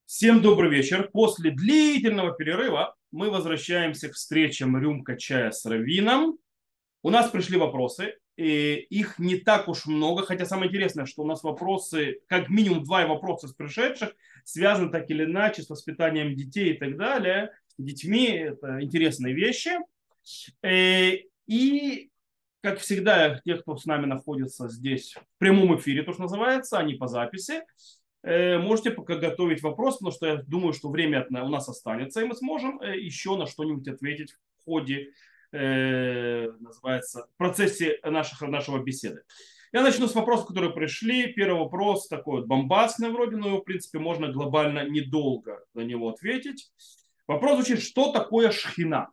Всем добрый вечер. После длительного перерыва мы возвращаемся к встречам «Рюмка чая с Равином». У нас пришли вопросы, и их не так уж много, хотя самое интересное, что у нас вопросы, как минимум два вопроса с пришедших, связаны так или иначе с воспитанием детей и так далее. Детьми это интересные вещи. И, как всегда, те, кто с нами находится здесь в прямом эфире, то, что называется, а не по записи, можете пока готовить вопрос, потому что я думаю, что время у нас останется, и мы сможем еще на что-нибудь ответить в ходе, называется, в процессе нашего беседы. Я начну с вопросов, которые пришли. Первый вопрос такой вот бомбастный вроде, но его, в принципе, можно глобально недолго на него ответить. Вопрос звучит, что такое шхина?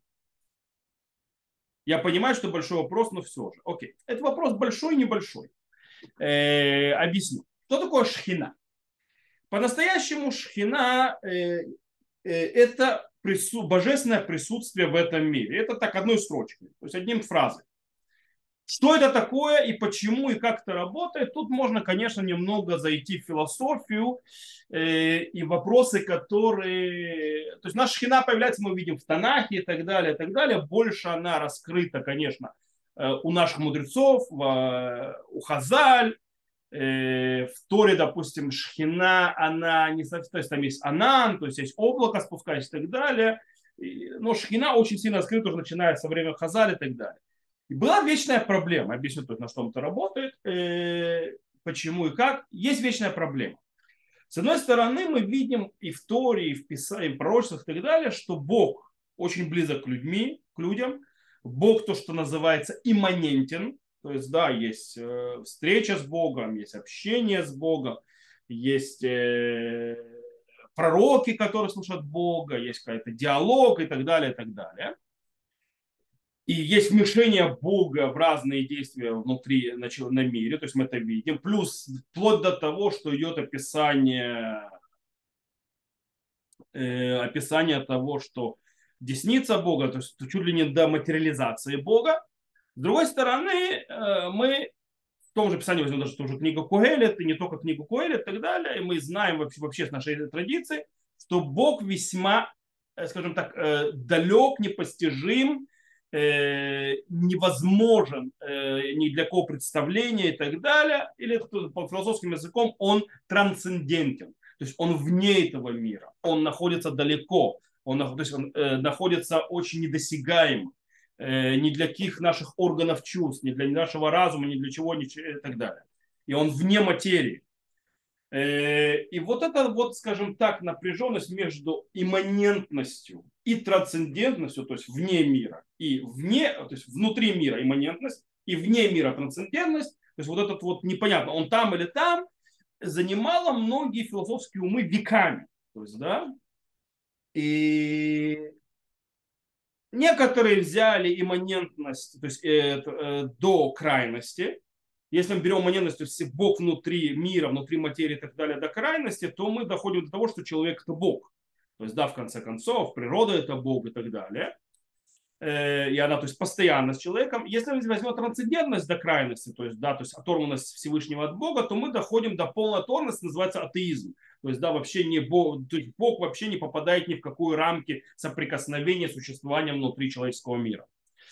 Я понимаю, что большой вопрос, но все же. Окей. Это вопрос большой, небольшой. Объясню. Что такое шхина? По-настоящему шхина это божественное присутствие в этом мире. Это так одной строчкой, то есть одним фразой. Что это такое и почему и как это работает, тут можно, конечно, немного зайти в философию и вопросы, которые... То есть наша шхина появляется, мы видим в Танахе и так далее, и так далее. Больше она раскрыта, конечно, у наших мудрецов, у Хазаль, в Торе, допустим, шхина, она не совсем, то есть там есть анан, то есть есть облако спускающееся и так далее. Но шхина очень сильно раскрыта уже начиная со времени Хазаля и так далее. И была вечная проблема, объясню, на что это работает, почему и как. Есть вечная проблема. С одной стороны, мы видим и в Торе, и в Писании, и в пророчествах и так далее, что Бог очень близок к людям. Бог то, что называется имманентен. То есть, да, есть встреча с Богом, есть общение с Богом, есть пророки, которые слушают Бога, есть какой-то диалог и так далее, и так далее. И есть вмешение Бога в разные действия внутри на мире, то есть мы это видим. Плюс вплоть до того, что идет описание того, что десница Бога, то есть чуть ли не до материализации Бога. С другой стороны, мы в том же Писании возьмем даже ту же книгу Куэлет, и не только книгу Куэлет и так далее, и мы знаем вообще с нашей традиции, что Бог весьма, скажем так, далек, непостижим, невозможен ни для кого представления и так далее, или по философским языком он трансцендентен, то есть он вне этого мира, он находится далеко, то есть он находится очень недосягаем ни для каких наших органов чувств, ни для нашего разума, ни для чего, и так далее. И он вне материи. И вот это вот, скажем так, напряженность между имманентностью и трансцендентностью, то есть вне мира, и вне, то есть внутри мира имманентность, и вне мира трансцендентность, то есть вот этот вот непонятно, он там или там, занимало многие философские умы веками. То есть, да, и некоторые взяли имманентность, то есть до крайности. Если мы берем имманентность, то есть Бог внутри мира, внутри материи и так далее, до крайности, то мы доходим до того, что человек это Бог. То есть, да, в конце концов, природа это Бог и так далее. И она, то есть, постоянно с человеком. Если мы возьмем трансцендентность до крайности, то есть, да, то есть оторванность Всевышнего от Бога, то мы доходим до полной оторванности, называется атеизм. То есть, да, вообще не Бог, то есть Бог вообще не попадает ни в какую рамки соприкосновения существования внутри человеческого мира.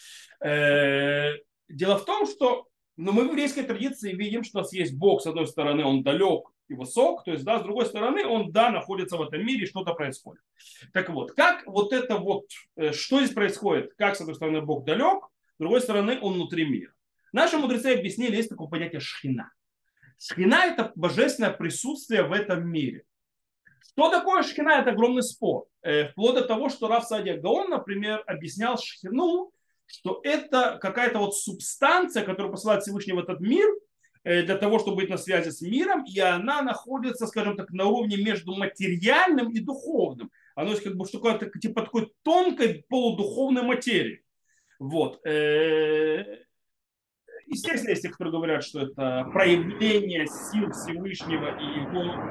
Дело в том, что мы в еврейской традиции видим, что у нас есть Бог, с одной стороны, он далек и высок, то есть, да, с другой стороны, он, да, находится в этом мире, что-то происходит. Так вот, как вот это вот, что здесь происходит? Как, с одной стороны, Бог далек, с другой стороны, он внутри мира. Наши мудрецы объяснили, есть такое понятие шхина. Шхина – это божественное присутствие в этом мире. Что такое шхина? Это огромный спор. Вплоть до того, что Рав Саадия Гаон, например, объяснял шхину, что это какая-то вот субстанция, которая посылает Всевышний в этот мир, для того, чтобы быть на связи с миром, и она находится, скажем так, на уровне между материальным и духовным. Оно есть как бы что такое, типа такой тонкой полудуховной материи. Вот. Естественно, есть те, которые говорят, что это проявление сил Всевышнего и его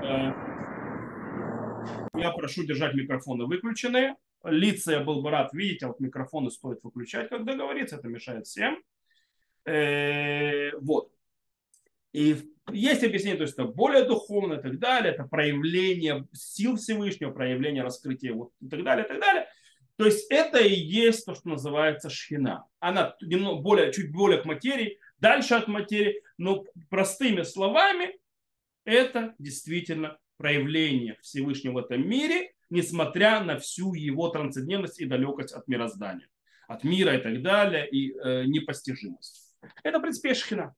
я прошу держать микрофоны выключенные. Лица я был бы рад видеть, а вот микрофоны стоит выключать, когда говорится, это мешает всем. Вот. И есть объяснение, то есть это более духовное и так далее, это проявление сил Всевышнего, проявление раскрытия вот, и так далее, и так далее. То есть это и есть то, что называется шхина. Она немного более, чуть более к материи, дальше от материи, но простыми словами это действительно проявление Всевышнего в этом мире, несмотря на всю его трансцендентность и далекость от мироздания, от мира и так далее, и непостижимость. Это, в принципе, шхина.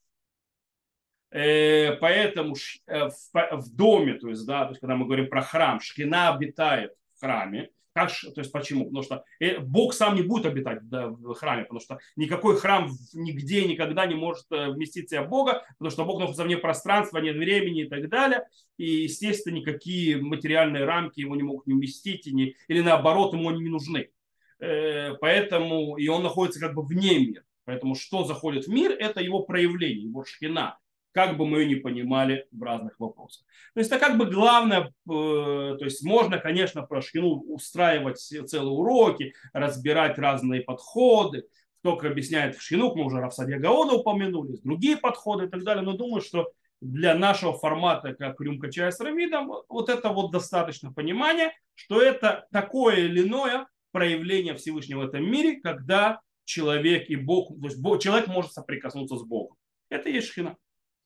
Поэтому в доме, то есть, да, то есть, когда мы говорим про храм, шхина обитает в храме. Как, то есть почему? Потому что Бог сам не будет обитать в храме, потому что никакой храм нигде никогда не может вместить в себя Бога, потому что Бог находится вне пространства, вне времени и так далее. И, естественно, никакие материальные рамки его не могут не вместить, или наоборот, ему они не нужны. Поэтому и он находится как бы вне мира. Поэтому что заходит в мир, это его проявление, его шхина, как бы мы ее не понимали в разных вопросах. То есть это как бы главное, то есть можно, конечно, про шхину устраивать целые уроки, разбирать разные подходы, кто как объясняет в шхину, мы уже Равсадия Гаона упомянули, другие подходы и так далее, но думаю, что для нашего формата, как рюмка чая с раввином, вот это вот достаточно понимания, что это такое или иное проявление Всевышнего в этом мире, когда человек и Бог, то есть человек может соприкоснуться с Богом. Это и есть шхина.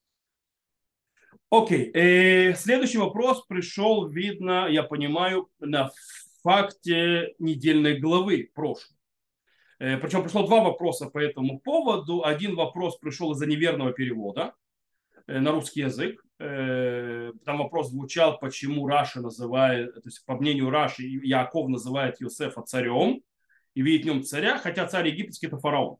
Окей. Следующий вопрос пришел, видно, я понимаю, на факте недельной главы прошлой. Причем пришло два вопроса по этому поводу. Один вопрос пришел из-за неверного перевода на русский язык. Там вопрос звучал, почему Раши называет, то есть по мнению Раши, Яаков называет Йосефа царем и видит в нем царя, хотя царь египетский это фараон.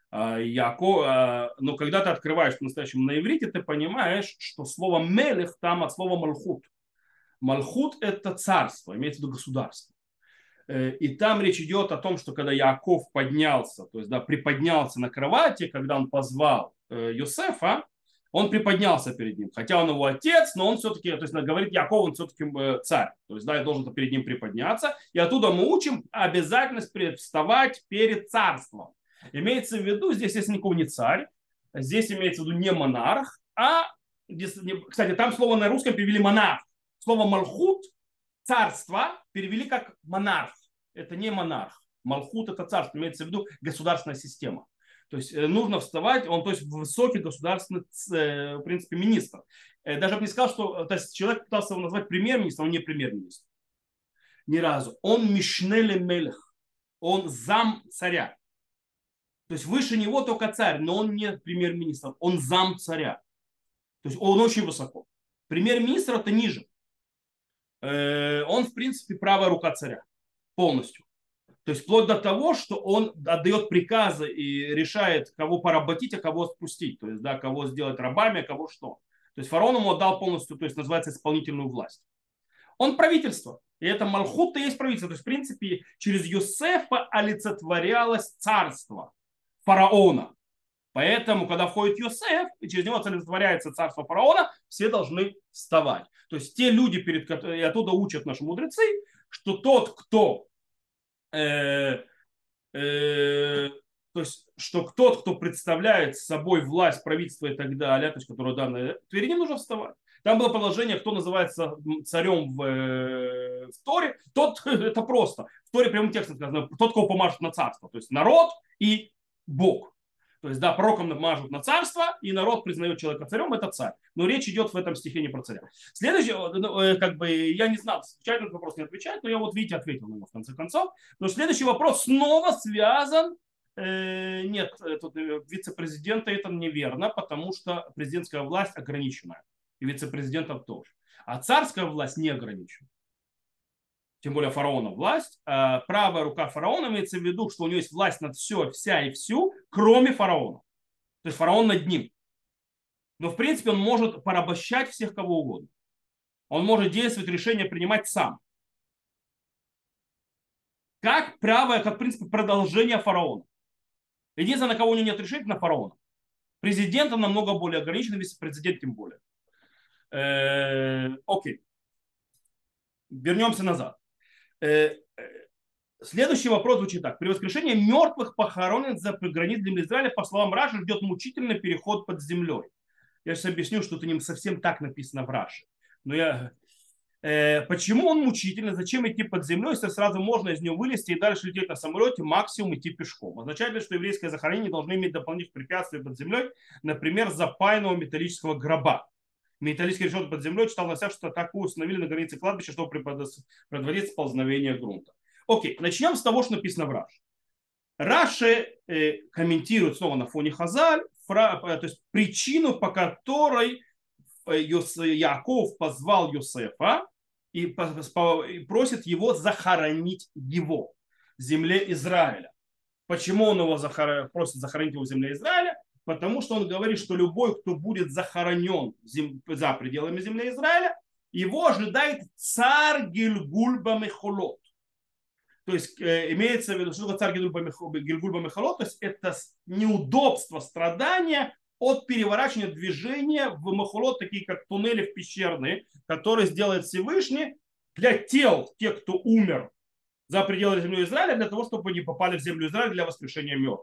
Но когда ты открываешь по-настоящему на иврите, ты понимаешь, что слово мелех там от слова малхут. Малхут это царство, имеется в виду государство. И там речь идет о том, что когда Яаков поднялся, то есть да, приподнялся на кровати, когда он позвал Йосефа, он приподнялся перед ним. Хотя он его отец, но он все-таки, то есть говорит Яаков, он все-таки царь. То есть да, я должен перед ним приподняться. И оттуда мы учим обязательность вставать перед царством. Имеется в виду, здесь есть никакой не царь, здесь имеется в виду не монарх, кстати, там слово на русском перевели монарх. Слово малхут, царство, перевели как монарх. Это не монарх. Малхут это царство, имеется в виду государственная система. То есть нужно вставать, он то есть высокий государственный, в принципе, министр. Даже бы не сказал, что то есть человек пытался его назвать премьер-министром, он не премьер-министр. Ни разу. Он мишнеле мелех. Он зам царя. То есть выше него только царь, но он не премьер-министр, он зам царя. То есть он очень высоко. Премьер-министр это ниже. Он, в принципе, правая рука царя. Полностью. То есть вплоть до того, что он отдает приказы и решает, кого поработить, а кого спустить. То есть, да, кого сделать рабами, а кого что. То есть фараон ему отдал полностью, то есть называется исполнительную власть. Он правительство. И это Малхут-то есть правительство. То есть, в принципе, через Йосефа олицетворялось царство фараона. Поэтому, когда входит Йосеф, и через него олицетворяется царство фараона, все должны вставать. То есть те люди, и оттуда учат наши мудрецы, что тот, кто то есть, что тот, кто представляет собой власть, правительство и так далее, то есть, которое данное, перед ним нужно вставать. Там было положение, кто называется царем в Торе, тот, это просто. В Торе прямым текстом сказано, тот, кого помажут на царство. То есть народ и Бог. То есть, да, пророком мажут на царство, и народ признает человека царем, это царь. Но речь идет в этом стихе не про царя. Следующий, как бы, я не знал, отвечать на этот вопрос, не отвечать, но я вот, видите, ответил на него в конце концов. Но следующий вопрос снова связан. Нет, тут вице-президента это неверно, потому что президентская власть ограниченная. И вице-президентов тоже. А царская власть не ограничена. Тем более фараона власть. Правая рука фараона имеется в виду, что у него есть власть над все, вся и всю, кроме фараона. То есть фараон над ним. Но в принципе он может порабощать всех кого угодно. Он может действовать, решения принимать сам. Как правое, как в принципе продолжение фараона. Единственное, на кого у него нет решения, на фараона. Президент он намного более ограничен, вице-президент тем более. Окей. Вернемся назад. Следующий вопрос звучит так. При воскрешении мертвых похоронен за границами Израиля, по словам Раши, ждет мучительный переход под землей. Я сейчас объясню, что это не совсем так написано в Раши. Но почему он мучительный, зачем идти под землей, если сразу можно из него вылезти и дальше лететь на самолете, максимум идти пешком. Означает ли, что еврейское захоронение должны иметь дополнительных препятствий под землей, например, запаянного металлического гроба. Металлический решетка под землей читал на себя, что такую установили на границе кладбища, чтобы предотвратить сползновение грунта. Окей, начнем с того, что написано в Раши. Раши комментирует снова на фоне Хазаль, то есть причину, по которой Яков позвал Йосефа и просит его захоронить его в земле Израиля. Почему он его просит захоронить его в земле Израиля? Потому что он говорит, что любой, кто будет захоронен за пределами земли Израиля, его ожидает царь Гильгуль Мехолот. То есть имеется в виду, что такое царь Гильгуль Мехолот, то есть это неудобство, страдания от переворачивания движения в Мехолот, такие как туннели в пещерные, которые сделает Всевышний для тел тех, кто умер за пределами земли Израиля, для того, чтобы они попали в землю Израиля для воскрешения мертвых.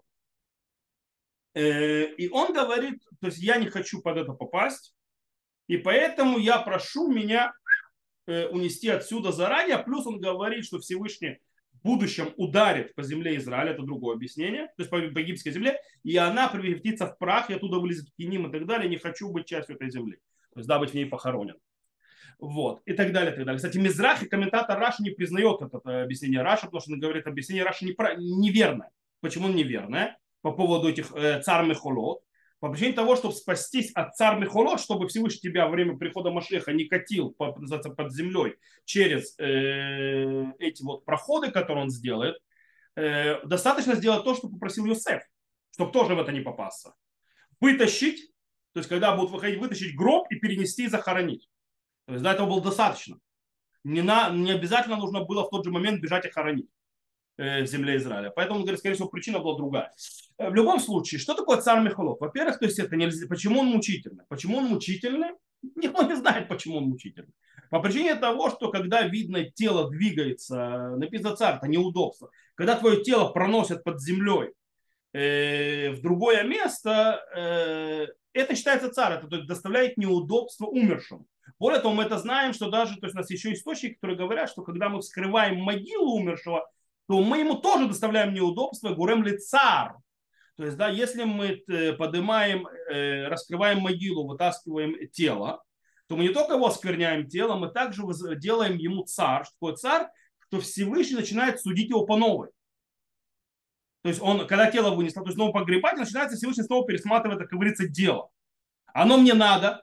И он говорит, то есть я не хочу под это попасть, и поэтому я прошу меня унести отсюда заранее. Плюс он говорит, что Всевышний в будущем ударит по земле Израиля, это другое объяснение, то есть по египетской земле, и она превратится в прах, и оттуда вылезет киним и так далее, не хочу быть частью этой земли, то есть да, быть в ней похоронен. Вот, и так далее, и так далее. Кстати, Мизрахи, комментатор Раши, не признает это объяснение Раши, потому что он говорит, объяснение Раши неверное. Почему неверное? По поводу этих царь Мехолот. По причине того, чтобы спастись от царь Мехолот, чтобы Всевышний тебя во время прихода Машеха не катил под землей через эти вот проходы, которые он сделает, достаточно сделать то, что попросил Йосеф, чтобы тоже в это не попасться. Вытащить, то есть когда будут выходить, вытащить гроб и перенести и захоронить. То есть до этого было достаточно. Не обязательно нужно было в тот же момент бежать и хоронить в земле Израиля. Поэтому, он говорит, скорее всего, причина была другая. В любом случае, что такое царь Мехолот? Во-первых, то есть это нельзя. Почему он мучительный? Почему он мучительный? Никто не знает, почему он мучительный. По причине того, что когда видно тело двигается, написано царь, это неудобство. Когда твое тело проносят под землей в другое место, это считается царь, это то есть, доставляет неудобство умершим. Более того, мы это знаем, что даже, то есть у нас еще источники, которые говорят, что когда мы вскрываем могилу умершего, то мы ему тоже доставляем неудобства, гурем ли царь. То есть, да, если мы поднимаем, раскрываем могилу, вытаскиваем тело, то мы не только его оскверняем тело, мы также делаем ему царь. Что такое царь? Что Всевышний начинает судить его по новой. То есть он, когда тело вынесло, то есть снова погребать, начинается Всевышний снова пересматривать, как говорится, дело. Оно мне надо,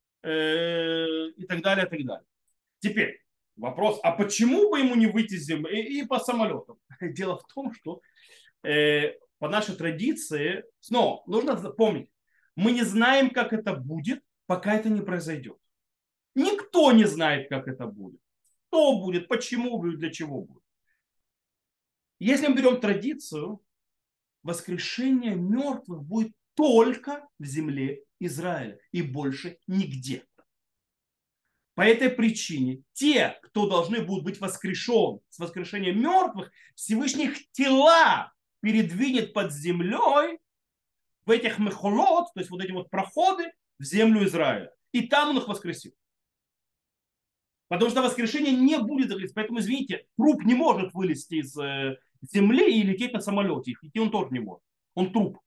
и так далее, и так далее. Теперь вопрос, а почему бы ему не выйти с земли и по самолету? Дело в том, что по нашей традиции, снова нужно запомнить, мы не знаем, как это будет, пока это не произойдет. Никто не знает, как это будет. Что будет, почему будет, для чего будет. Если мы берем традицию, воскрешение мертвых будет только в земле Израиля и больше нигде. По этой причине те, кто должны будут быть воскрешен с воскрешением мертвых, Всевышний их тела передвинет под землей в этих мехолот, то есть вот эти вот проходы в землю Израиля. И там он их воскресит. Потому что воскрешение не будет закрыто. Поэтому, извините, труп не может вылезти из земли и лететь на самолете. И он тоже не может. Он труп.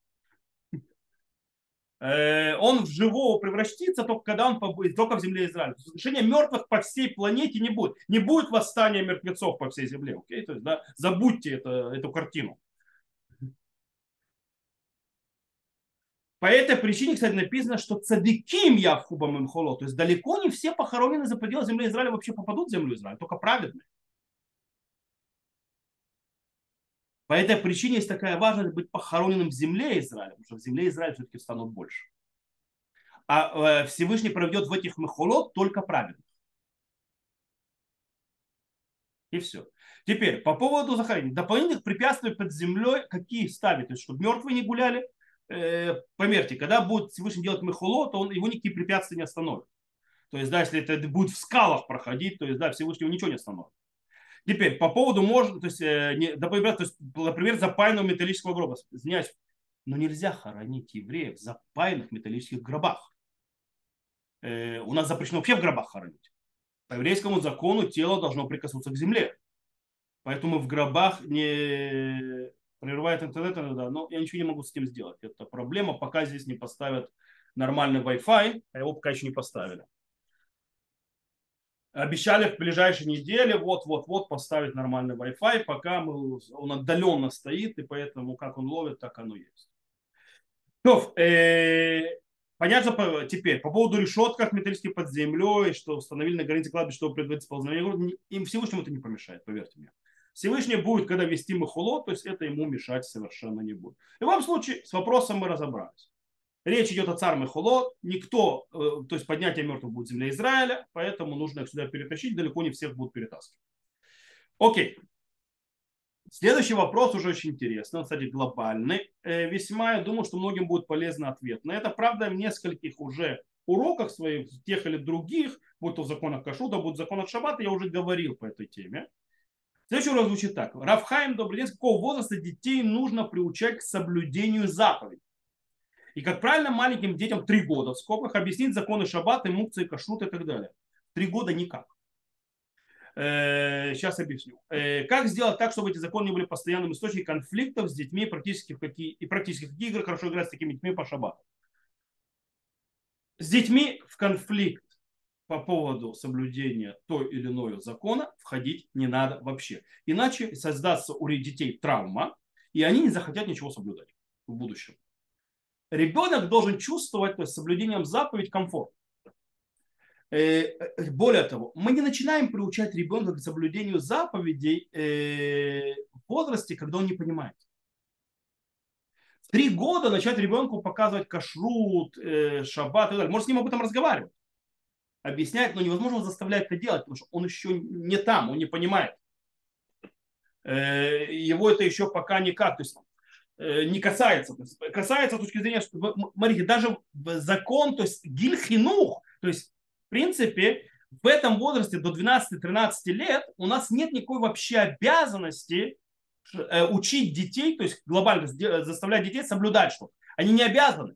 Он в живого превратится только когда он только в земле Израиля. Воскрешения мертвых по всей планете не будет. Не будет восстания мертвецов по всей земле. Окей? То есть, да, забудьте эту картину. По этой причине, кстати, написано, что цадиким явхубам им холо. То есть далеко не все похоронены за пределы земли Израиля вообще попадут в землю Израиля, только праведные. По этой причине есть такая важность быть похороненным в земле Израиля, потому что в земле Израиля все-таки станут больше. А Всевышний проведет в этих мехолот только праведных. И все. Теперь, по поводу захоронения. Дополнительных препятствий под землей какие ставить? То есть, чтобы мертвые не гуляли. Поверьте, когда будет Всевышний делать мехолот, то его никакие препятствия не остановят. То есть, да, если это будет в скалах проходить, то есть, да, Всевышний ничего не остановит. Теперь, по поводу, можно, то есть, например, запаянного металлического гроба. Извиняюсь, но нельзя хоронить евреев в запаянных металлических гробах. У нас запрещено вообще в гробах хоронить. По еврейскому закону тело должно прикоснуться к земле. Поэтому в гробах не прерывает интернет иногда, но я ничего не могу с этим сделать. Это проблема, пока здесь не поставят нормальный Wi-Fi, а его пока еще не поставили. Обещали в ближайшей неделе вот-вот-вот поставить нормальный Wi-Fi, пока он отдаленно стоит, и поэтому как он ловит, так оно есть. То, понятно теперь, по поводу решеток металлических под землей, что установили на границе кладбища, чтобы предотвратить сползновение, им Всевышнему это не помешает, поверьте мне. Всевышний будет, когда вести махулот, то есть это ему мешать совершенно не будет. В любом случае, с вопросом мы разобрались. Речь идет о царь Мехулот. Никто, то есть поднятие мертвых будет в земле Израиля, поэтому нужно их сюда перетащить. Далеко не всех будут перетаскивать. Окей. Следующий вопрос уже очень интересный. Он, кстати, глобальный. Весьма, я думаю, что многим будет полезный ответ. На это, правда, в нескольких уже уроках своих, тех или других, будь то в законах Кашута, будь в законах Шаббата, я уже говорил по этой теме. Следующий урок звучит так. Рав Хаим, добрый день. С какого возраста детей нужно приучать к соблюдению заповедей? И как правильно маленьким детям 3 года в скобках объяснить законы шаббата, мукцы, кашрут и так далее. 3 года никак. Сейчас объясню. Как сделать так, чтобы эти законы не были постоянным источником конфликтов с детьми практически и практически в какие игры хорошо играть с такими детьми по шаббату. С детьми в конфликт по поводу соблюдения той или иной закона входить не надо вообще. Иначе создастся у детей травма, и они не захотят ничего соблюдать в будущем. Ребенок должен чувствовать, то есть соблюдением заповедь, комфорт. Более того, мы не начинаем приучать ребенка к соблюдению заповедей в возрасте, когда он не понимает. В 3 года начать ребенку показывать кашрут, шаббат и так далее. Можно с ним об этом разговаривать, объяснять, но невозможно заставлять это делать, потому что он еще не там, он не понимает. Его это еще пока никак. То есть не касается. То есть, касается с точки зрения, что, смотрите, даже закон, то есть гильхинух, то есть в принципе в этом возрасте до 12-13 лет у нас нет никакой вообще обязанности учить детей, то есть глобально заставлять детей соблюдать что-то. Они не обязаны.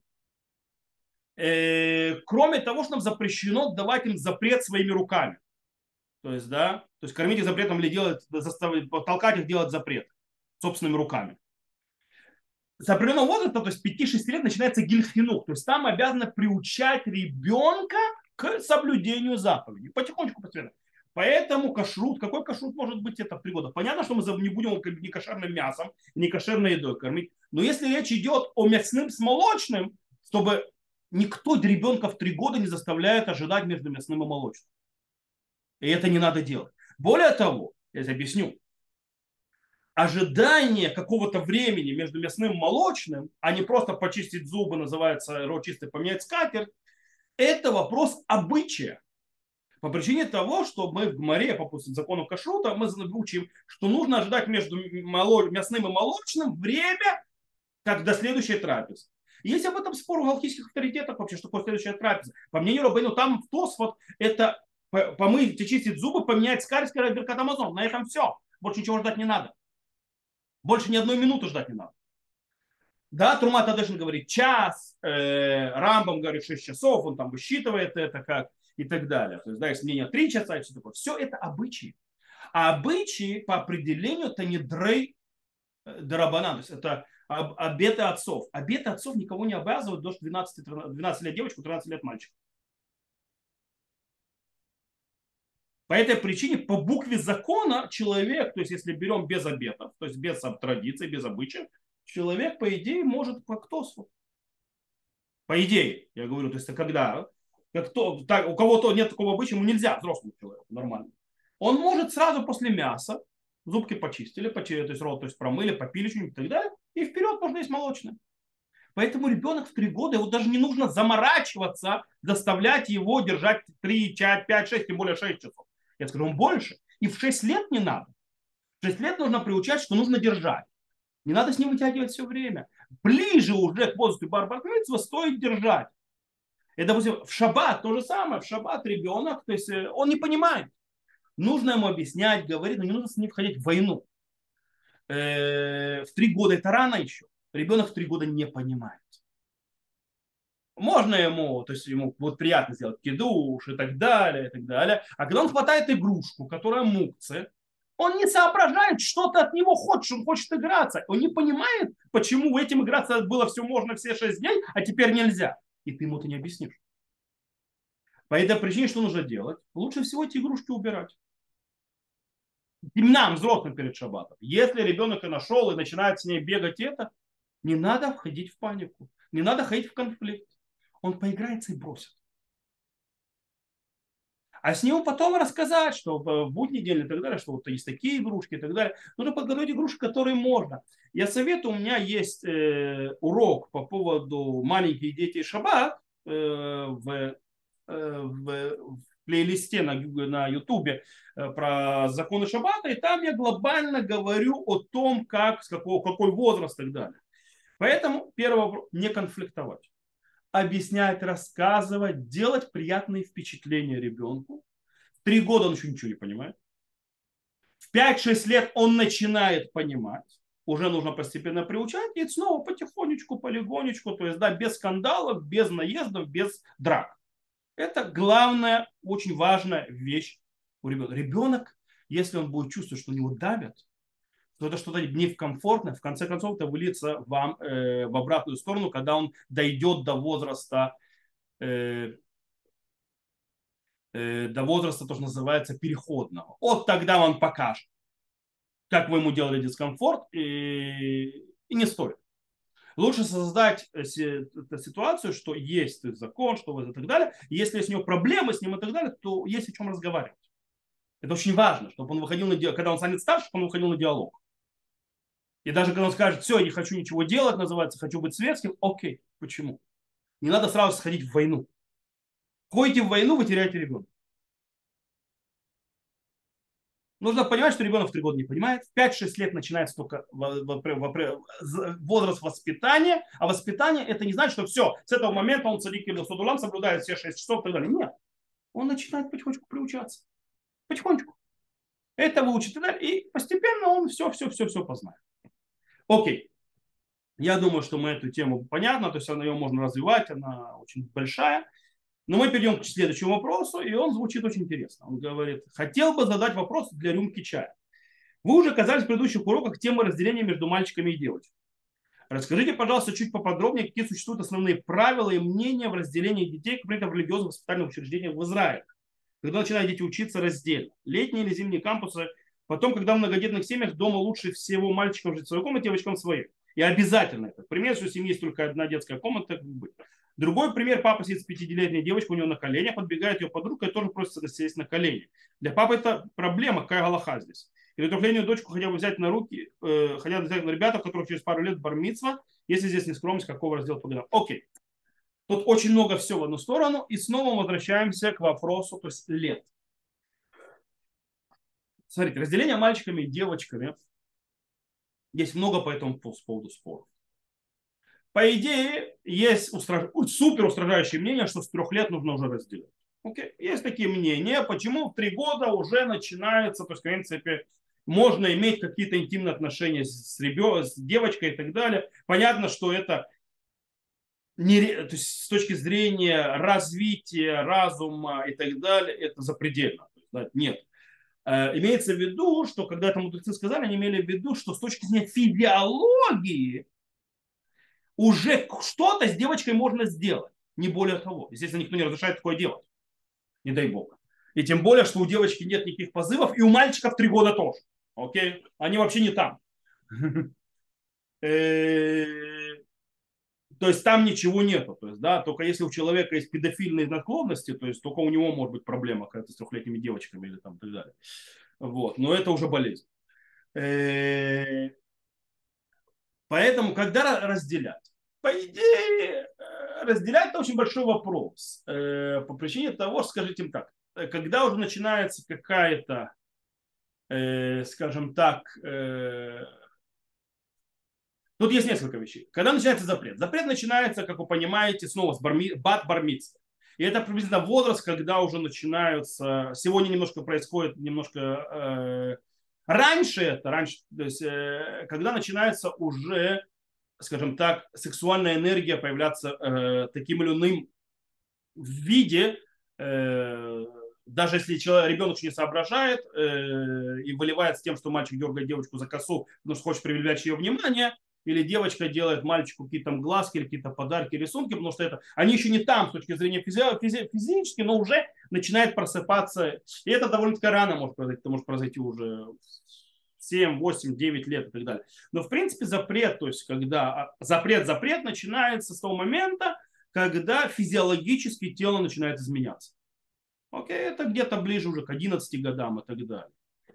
Кроме того, что нам запрещено давать им запрет своими руками. То есть, да, то есть кормить их запретом или делать, толкать их делать запрет собственными руками. С определенного возраста, то есть 5-6 лет, начинается гильхинух. То есть там обязаны приучать ребенка к соблюдению заповедей. Потихонечку, постепенно. Поэтому кашрут, какой кашрут может быть это 3 года? Понятно, что мы не будем не кошерным мясом, не кошерной едой кормить. Но если речь идет о мясным с молочным, чтобы никто ребенка в 3 года не заставляет ожидать между мясным и молочным. И это не надо делать. Более того, я объясню, ожидание какого-то времени между мясным и молочным, а не просто почистить зубы, называется рот чистый, поменять скатерть, это вопрос обычая. По причине того, что мы в Гмаре, по закону кашрута, мы учим, что нужно ожидать между мясным и молочным время, как до следующей трапезы. Есть об этом спор у галактических авторитетов вообще, что такое следующая трапеза. По мнению Рабейну, там в Тосфот это помыть, чистить зубы, поменять скатерть, Беркат Амазон. На этом все. Больше ничего ждать не надо. Больше ни одной минуты ждать не надо. Да, Трума Тадешин говорит час, Рамбам говорит 6 часов, он там высчитывает это как и так далее. То есть, да, есть мнение 3 часа и все такое. Все это обычаи. А обычаи по определению это не дрей дарабанан, то есть это обеты отцов. Обеты отцов никого не обязывают до 12 лет девочку, 13 лет мальчика. По этой причине, по букве закона, человек, то есть если берем без обетов, то есть без традиций, без обычаев, человек, по идее, может как Тосфот. По идее, я говорю, то есть когда так, у кого-то нет такого обычая, ему нельзя, взрослому человеку, нормально. Он может сразу после мяса, зубки почистили, то есть рот, то есть промыли, попили что-нибудь и так далее, и вперед можно есть молочное. Поэтому ребенок в 3 года, его даже не нужно заморачиваться, заставлять его держать 3, 5, 6, тем более 6 часов. Я скажу, он больше. И в 6 лет не надо. В 6 лет нужно приучать, что нужно держать. Не надо с ним вытягивать все время. Ближе уже к возрасту бар-мицва стоит держать. И, допустим, в шаббат то же самое. В шаббат ребенок, то есть он не понимает. Нужно ему объяснять, говорить, но не нужно с ним входить в войну. В 3 года это рано еще. Ребенок в 3 года не понимает. Можно ему, то есть ему будет приятно сделать кидуш и так далее, и так далее. А когда он хватает игрушку, которая мукция, он не соображает, что ты от него хочешь, он хочет играться. Он не понимает, почему этим играться было все можно все 6 дней, а теперь нельзя. И ты ему это не объяснишь. По этой причине что нужно делать? Лучше всего эти игрушки убирать. И нам, взрослым, перед шаббатом. Если ребенок и нашел и начинает с ней бегать это, не надо входить в панику. Не надо ходить в конфликт. Он поиграется и бросит. А с ним потом рассказать, что в будний день и так далее, что вот есть такие игрушки и так далее. Нужно подготовить игрушки, которые можно. Я советую, у меня есть урок по поводу маленьких дети и шаббат в плейлисте на Ютубе про законы шаббата, и там я глобально говорю о том, как, какой возраст и так далее. Поэтому первый вопрос – не конфликтовать. Объяснять, рассказывать, делать приятные впечатления ребенку. В 3 года он еще ничего не понимает. В 5-6 лет он начинает понимать. Уже нужно постепенно приучать. И снова потихонечку, полигонечку. То есть, да, без скандалов, без наездов, без драк. Это главная, очень важная вещь у ребенка. Ребенок, если он будет чувствовать, что у него давят, то это что-то некомфортное, в конце концов, это выльется вам в обратную сторону, когда он дойдет э, до возраста, то, что называется, переходного. Вот тогда он покажет, как вы ему делали дискомфорт, и не стоит. Лучше создать ситуацию, что есть закон, что и так далее. Если есть у него проблемы с ним и так далее, то есть о чем разговаривать. Это очень важно, чтобы он выходил на диалог. Когда он станет старше, чтобы он выходил на диалог. И даже когда он скажет, все, я не хочу ничего делать, называется, хочу быть светским, окей, почему? Не надо сразу сходить в войну. Ходите в войну, вы теряете ребенка. Нужно понимать, что ребенок в 3 года не понимает. В 5-6 лет начинается только возраст воспитания. А воспитание это не значит, что все, с этого момента он цадик или судулам соблюдает все 6 часов и так далее. Нет. Он начинает потихонечку приучаться. Потихонечку. Это выучит и далее. И постепенно он все познает. Окей. Я думаю, что мы эту тему понятно, то есть ее можно развивать, она очень большая. Но мы перейдем к следующему вопросу, и он звучит очень интересно. Он говорит, хотел бы задать вопрос для рюмки чая. Вы уже казались в предыдущих уроках темы разделения между мальчиками и девочками. Расскажите, пожалуйста, чуть поподробнее, какие существуют основные правила и мнения в разделении детей, например, в религиозных воспитательных учреждениях в Израиле. Когда начинают дети учиться раздельно. Летние или зимние кампусы. Потом, когда в многодетных семьях дома лучше всего мальчикам жить в своей комнате, девочкам в своей. И обязательно это. Пример, что в семье есть только одна детская комната, так быть. Другой пример, папа сидит с 5-летней девочкой у него на коленях, подбегает ее подруга и тоже просится сесть на колени. Для папы это проблема, какая галаха здесь. Или трехлетнюю дочку хотя бы взять на руки, хотят взять на ребята, у которых через пару лет бармицва, если здесь не скромность, какого раздела по годам. Окей. Тут очень много всего в одну сторону, и снова возвращаемся к вопросу, то есть лет. Смотрите, разделение мальчиками и девочками, есть много по этому поводу споров. По идее, есть супер устражающее мнение, что с 3 лет нужно уже разделять. Окей? Есть такие мнения, почему в 3 года уже начинается, то есть, в принципе, можно иметь какие-то интимные отношения с ребенком, с девочкой и так далее. Понятно, что это не, то есть, с точки зрения развития разума и так далее, это запредельно. Да, нет. Имеется в виду, что когда это мудрецы сказали, они имели в виду, что с точки зрения физиологии уже что-то с девочкой можно сделать. Не более того. Естественно, никто не разрешает такое делать. Не дай бог. И тем более, что у девочки нет никаких позывов, и у мальчика в 3 года тоже. Окей? Они вообще не там. То есть там ничего нету. То есть, да, только если у человека есть педофильные наклонности, то есть только у него может быть проблема какая-то с 3-летними девочками или там и так далее. Вот. Но это уже болезнь. Поэтому, когда разделять? По идее, разделять это очень большой вопрос. По причине того, скажите так, когда уже начинается какая-то, скажем так, тут есть несколько вещей. Когда начинается запрет? Запрет начинается, как вы понимаете, снова с бат-бармитства. И это приблизительно возраст, когда уже начинаются... Сегодня немножко происходит, немножко раньше это, раньше, то есть, когда начинается уже скажем так, сексуальная энергия появляться таким или иным виде, даже если ребенок еще не соображает и выливает с тем, что мальчик дергает девочку за косу, потому что хочет привлечь ее внимание, или девочка делает мальчику какие-то там глазки, или какие-то подарки, рисунки, потому что это, они еще не там с точки зрения физически, но уже начинает просыпаться. И это довольно-таки рано может произойти, это может произойти уже 7, 8, 9 лет и так далее. Но в принципе запрет, то есть когда запрет начинается с того момента, когда физиологически тело начинает изменяться. Окей, это где-то ближе уже к 11 годам и так далее.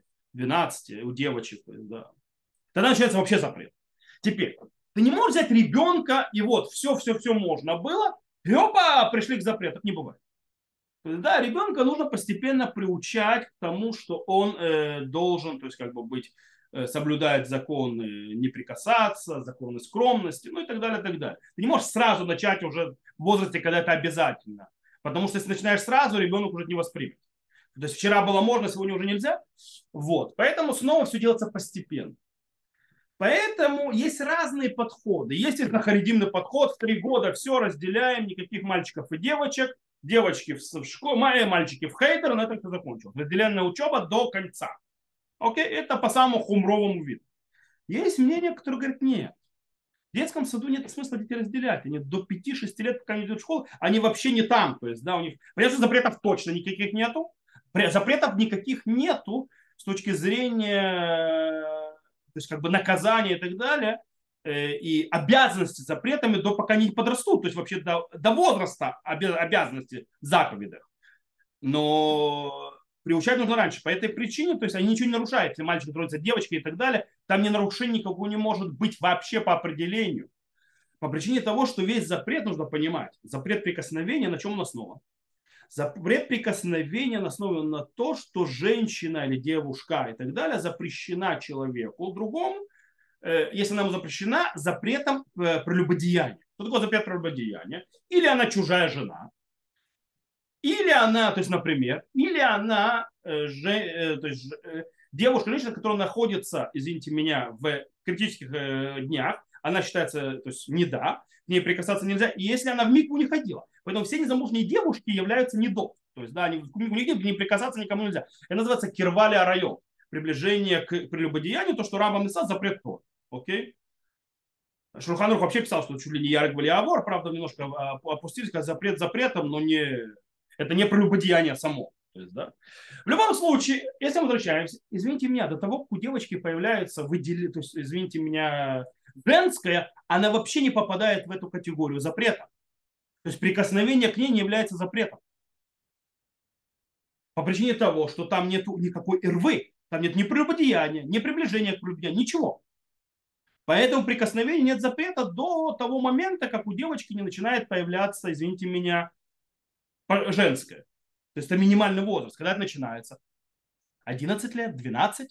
12 у девочек. Да. Тогда начинается вообще запрет. Теперь, ты не можешь взять ребенка, и вот все можно было, и опа, пришли к запрету. Так не бывает. Да, ребенка нужно постепенно приучать к тому, что он должен, то есть как бы быть, соблюдать законы не прикасаться, законы скромности, ну и так далее, так далее. Ты не можешь сразу начать уже в возрасте, когда это обязательно. Потому что если начинаешь сразу, ребенок уже не воспримет. То есть вчера было можно, сегодня уже нельзя. Вот. Поэтому снова все делается постепенно. Поэтому есть разные подходы. Есть этнохаридимный подход. В 3 года все разделяем, никаких мальчиков и девочек. Девочки в школе, мальчики в хейдер, на этом все закончилось. Разделенная учеба до конца. Окей, это по самому хумровому виду. Есть мнение, которое говорит, нет. В детском саду нет смысла детей разделять. Они до 5-6 лет, пока они идут в школу, они вообще не там. То есть, да, у них, понятно, что запретов точно никаких нету. Запретов никаких нету с точки зрения, то есть, как бы наказания и так далее, и обязанности запретами до пока они не подрастут, то есть вообще до возраста обязанности в заповедях. Но приучать нужно раньше. По этой причине, то есть они ничего не нарушают. Если мальчик трогается девочкой и так далее, там не нарушений никакого не может быть вообще по определению. По причине того, что весь запрет нужно понимать. Запрет прикосновения на чем он основан? Запрет прикосновения основан на то, что женщина или девушка и так далее запрещена человеку другому, если она ему запрещена, запретом прелюбодеяния. Что такое запрет прелюбодеяния? Или она чужая жена, или она, то есть, например, или она то есть, девушка, женщина, которая находится, извините меня, в критических днях, она считается, то есть, не да, к ней прикасаться нельзя, и если она в микву не ходила. Поэтому все незамужние девушки являются недо. То есть, да, они, к не прикасаться никому нельзя. Это называется кирвали арайот. Приближение к прелюбодеянию, то, что Рамбам написал, запрет тот. Окей? Шулхан Арух вообще писал, что чуть ли не ярик Валиавор, правда, немножко опустились, как запрет запретом, но не, это не прелюбодеяние само. То есть, да? В любом случае, если мы возвращаемся, извините меня, до того, как у девочки появляется выделение, то есть, извините меня, женская, она вообще не попадает в эту категорию запрета. То есть прикосновение к ней не является запретом. По причине того, что там нет никакой рвы, там нет ни прелюбодеяния, ни приближения к прелюбодеянию, ничего. Поэтому прикосновения нет запрета до того момента, как у девочки не начинает появляться, извините меня, женское. То есть это минимальный возраст. Когда это начинается? 11 лет, 12?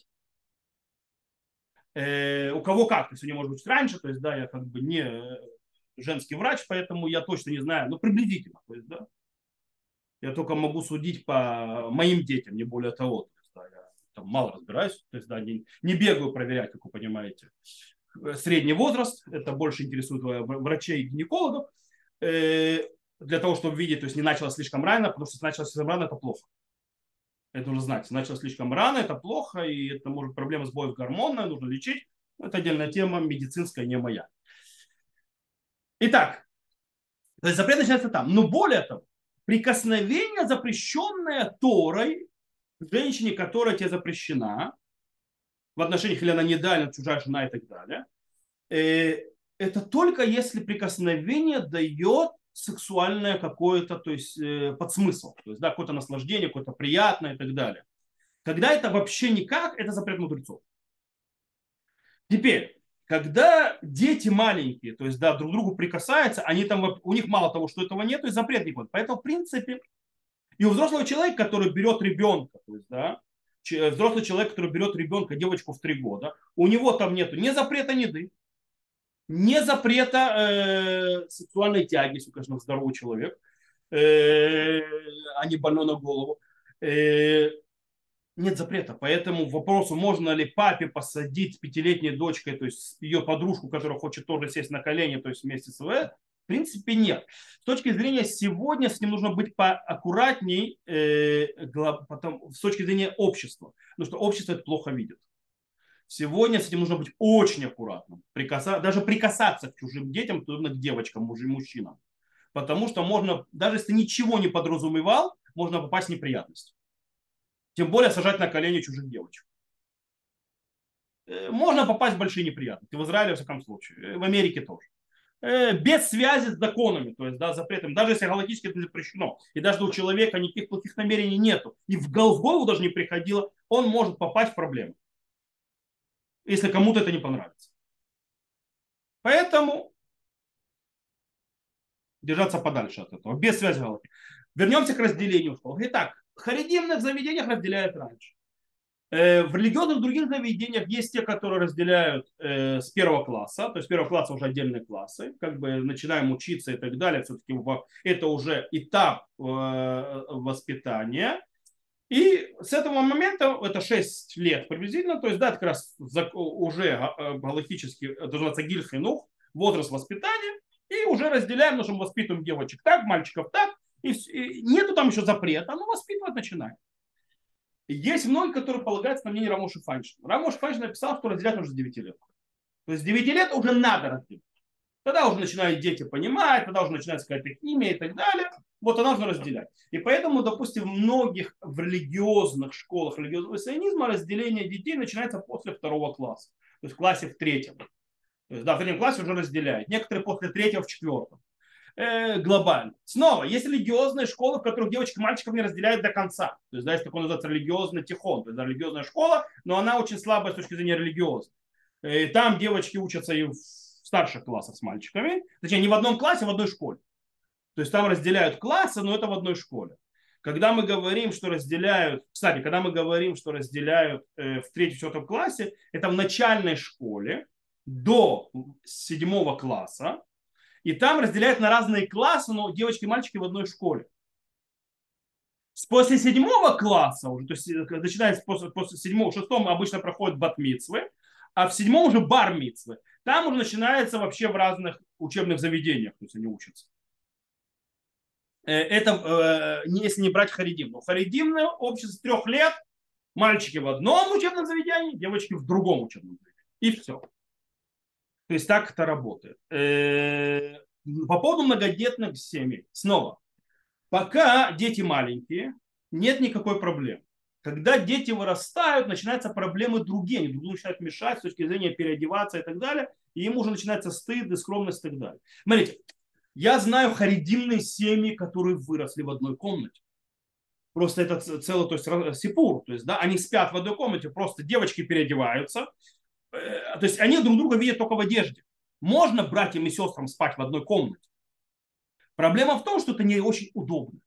У кого как? То есть у нее может быть раньше, то есть да, я как бы не женский врач, поэтому я точно не знаю, но приблизительно. То есть, да, я только могу судить по моим детям, не более того. То есть, да, я там мало разбираюсь, то есть да, не бегаю проверять, как вы понимаете. Средний возраст, это больше интересует врачей и гинекологов, для того, чтобы видеть, то есть не началось слишком рано, потому что если началось слишком рано, это плохо. Это нужно знать. Если началось слишком рано, это плохо, и это может проблема сбоев гормона, нужно лечить. Это отдельная тема, медицинская, не моя. Итак, то есть запрет начинается там. Но более того, прикосновение, запрещенное Торой, женщине, которая тебе запрещена, в отношениях или она недавно чужая жена и так далее, это только если прикосновение дает сексуальное какое-то, то есть подсмысл, то есть да, какое-то наслаждение, какое-то приятное и так далее. Когда это вообще никак, это запрет мудрецов. Теперь, когда дети маленькие, то есть да, друг к другу прикасаются, они там, у них мало того, что этого нет, и запрет не будет. Поэтому, в принципе, и у взрослого человека, который берет ребенка, то есть, да, взрослый человек, который берет ребенка, девочку в 3 года, у него там нету ни запрета еды, ни запрета сексуальной тяги, если, конечно, здоровый человек, а не больной на голову. нет запрета. Поэтому вопросу, можно ли папе посадить с пятилетней дочкой, то есть ее подружку, которая хочет тоже сесть на колени, то есть вместе с в принципе нет. С точки зрения сегодня с ним нужно быть поаккуратней, с точки зрения общества. Потому что общество это плохо видит. Сегодня с этим нужно быть очень аккуратным. Даже прикасаться к чужим детям, особенно к девочкам, мужчинам. Потому что можно, даже если ты ничего не подразумевал, можно попасть в неприятность. Тем более сажать на колени чужих девочек. Можно попасть в большие неприятности. В Израиле, во всяком случае. В Америке тоже. Без связи с законами, то есть да, запретом. Даже если галактически это запрещено. И даже у человека никаких плохих намерений нету. И в голову даже не приходило, он может попасть в проблемы. Если кому-то это не понравится. Поэтому держаться подальше от этого. Без связи галактики. Вернемся к разделению школ. Итак, в харидимных заведениях разделяют раньше. В религиозных других заведениях есть те, которые разделяют с первого класса, то есть с первого класса уже отдельные классы, как бы начинаем учиться и так далее, все-таки это уже этап воспитания. И с этого момента, это 6 лет приблизительно, то есть да, это как раз уже галактически, это называется гиль-хинух, возраст воспитания, и уже разделяем, что мы воспитываем девочек так, мальчиков так, и нету там еще запрета, но воспитывать начинаем. Есть многие, которые полагаются на мнение Рамоши Файнштейна. Рамош Файнштейн написал, что разделять нужно с 9 лет. То есть с 9 лет уже надо разделить. Тогда уже начинают дети понимать, тогда уже начинается какая-то химия и так далее. Вот она нужно разделять. И поэтому, допустим, в многих в религиозных школах религиозного сионизма разделение детей начинается после второго класса. То есть в классе в третьем. То есть, да, в третьем классе уже разделяют. Некоторые после третьего в четвертом. Глобально. Снова, есть религиозные школы, в которых девочек и мальчиков не разделяют до конца. То есть, да, есть такой называется религиозный тихон. То есть, да, религиозная школа, но она очень слабая с точки зрения религиозной. Там девочки учатся и в старших классах с мальчиками. Точнее, не в одном классе, а в одной школе. То есть, там разделяют классы, но это в одной школе. Когда мы говорим, что разделяют, кстати, когда мы говорим, что разделяют в третьем-четвертом классе, это в начальной школе до 7 класса. И там разделяют на разные классы, но девочки и мальчики в одной школе. После 7 класса уже, то есть начиная после 7-6 обычно проходят батмицвы, а в 7 уже бармицвы. Там уже начинается вообще в разных учебных заведениях, то есть они учатся. Это если не брать харидим. Но харидимное общество с 3 лет, мальчики в одном учебном заведении, девочки в другом учебном заведении. И все. То есть так это работает. По поводу многодетных семей. Снова. Пока дети маленькие, нет никакой проблемы. Когда дети вырастают, начинаются проблемы другие. Они друг другу начинают мешать с точки зрения переодеваться и так далее. И им уже начинается стыд и скромность и так далее. Смотрите, я знаю харидимные семьи, которые выросли в одной комнате. Просто это целый, то есть сипур. То есть, да, они спят в одной комнате, просто девочки переодеваются. То есть они друг друга видят только в одежде. Можно братьям и сестрам спать в одной комнате. Проблема в том, что это не очень удобно.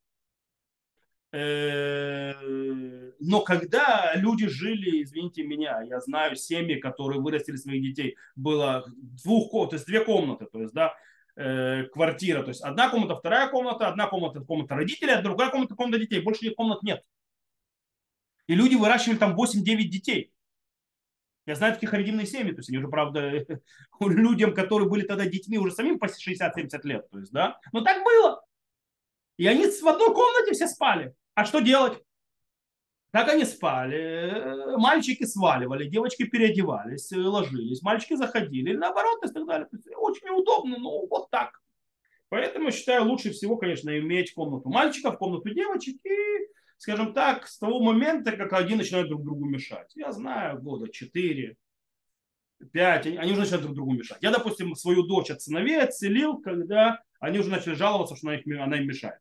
Но когда люди жили, извините меня, я знаю семьи, которые вырастили своих детей, было то есть 2 комнаты, то есть, да, квартира, то есть одна комната, вторая комната, одна комната, комната родителей, а другая комната, комната детей. Больше никаких комнат нет. И люди выращивали там 8-9 детей. Я знаю такие харидимные семьи, то есть они уже, правда, людям, которые были тогда детьми, уже самим по 60-70 лет, то есть, да, но так было. И они в одной комнате все спали. А что делать? Так они спали, мальчики сваливали, девочки переодевались, ложились, мальчики заходили, или наоборот, и так далее. Очень неудобно, но вот так. Поэтому я считаю, лучше всего, конечно, иметь комнату мальчиков, комнату девочек и, скажем так, с того момента, как один начинает друг другу мешать. Я знаю, года 4, 5, они уже начинают друг другу мешать. Я, допустим, свою дочь от сыновей отселил, когда они уже начали жаловаться, что она им мешает.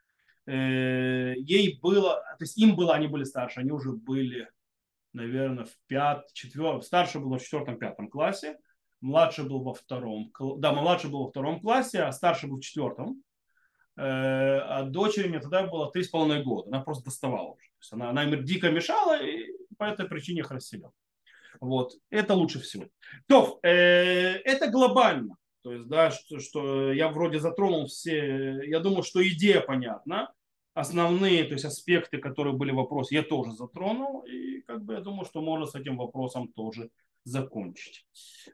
Ей было, то есть им было, они были старше, они уже были, наверное, в 5-4, старший был в 4-5 классе, младший был во 2, да, младший был во 2 классе, а старший был в 4. А дочери мне тогда было 3,5 года, она просто доставала уже. То есть она им дико мешала, и по этой причине их расселил. Вот, это лучше всего. То, это глобально. То есть, да, что я вроде затронул все, я думаю, что идея понятна. основные, то есть аспекты, которые были в вопросе, я тоже затронул. И как бы я думаю, что можно с этим вопросом тоже закончить.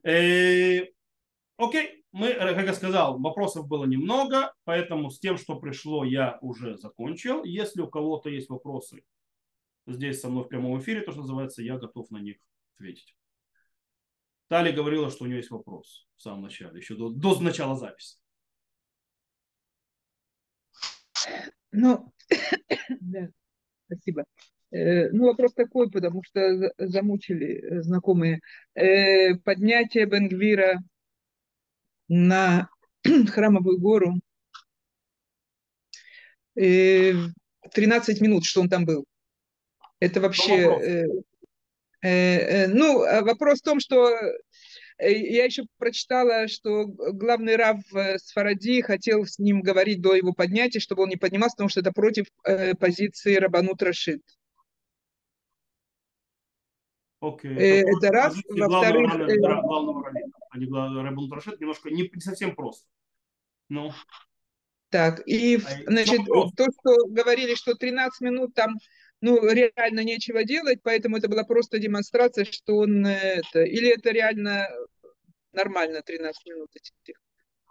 Окей, мы, как я сказал, вопросов было немного, поэтому с тем, что пришло, я уже закончил. Если у кого-то есть вопросы здесь со мной в прямом эфире, то, что называется, я готов на них ответить. Тали говорила, что у нее есть вопрос в самом начале, еще до начала записи. Ну, да, спасибо. Ну, вопрос такой, потому что замучили знакомые. Поднятие Бен-Гвира на Храмовую гору, 13 минут, что он там был. Это Но вопрос. вообще... Ну, вопрос в том, что я еще прочитала, что главный рав Сфаради хотел с ним говорить до его поднятия, чтобы он не поднимался, потому что это против позиции Рабанут Рашид. Окей, это Это против раз. позиции Во-вторых, главного раввина, а не Рабун Рашид, немножко не совсем просто. Ну, так, и, в чем значит, вопрос? то, что говорили, что 13 минут там, ну, реально нечего делать, поэтому это была просто демонстрация, что он это, или это реально нормально 13 минут этих.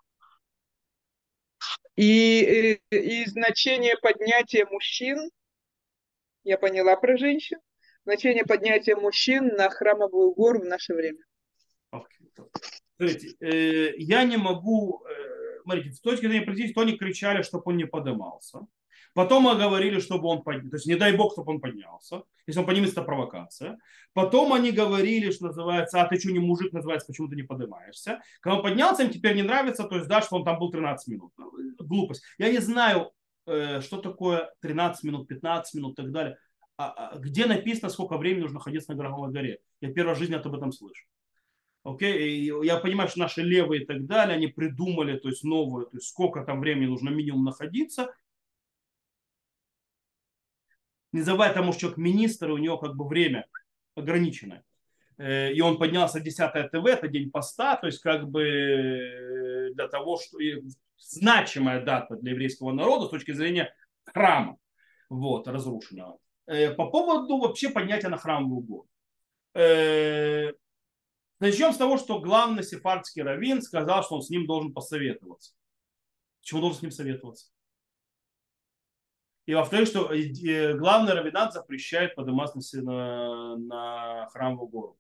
И значение поднятия мужчин, я поняла про женщин, значение поднятия мужчин на Храмовую гору в наше время. Окей. Смотрите, я не могу, смотрите, с точки зрения политики, то они кричали, чтобы он не поднимался. Потом мы говорили, чтобы он поднялся. То есть не дай бог, чтобы он поднялся. Если он поднимется, это провокация. Потом они говорили, что называется, а ты что не мужик, называется, почему ты не поднимаешься. Когда он поднялся, им теперь не нравится, то есть да, что он там был 13 минут. Глупость. Я не знаю, что такое 13 минут, 15 минут и так далее. Где написано, сколько времени нужно находиться на Гроховой горе. Я первый раз в жизни об этом слышу. Окей, и я понимаю, что наши левые и так далее, они придумали, то есть новое, то есть сколько там времени нужно минимум находиться. Не забывай, потому что человек министр, и у него как бы время ограниченное. И он поднялся 10 ТВ, это день поста, то есть как бы для того, что значимая дата для еврейского народа с точки зрения храма, вот, разрушенного. По поводу вообще поднятия на храмовую гору. Начнем с того, что главный сефардский раввин сказал, что он с ним должен посоветоваться. Почему должен с ним советоваться? И во-вторых, что главный раввинат запрещает подниматься на храмовую гору.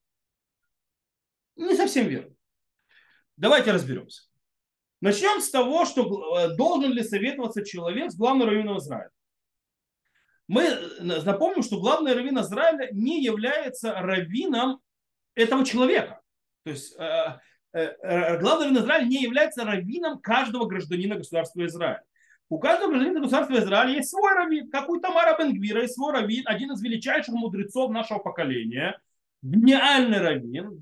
Не совсем верно. Давайте разберемся. Начнем с того, что должен ли советоваться человек с главным раввином Израиля. Мы напомним, что главный раввин Израиля не является раввином этого человека. То есть главный раввин Израиля не является раввином каждого гражданина государства Израиля. У каждого гражданина государства Израиля есть свой раввин, как у Тамара Бен-Гвира есть свой раввин, один из величайших мудрецов нашего поколения, гениальный раввин,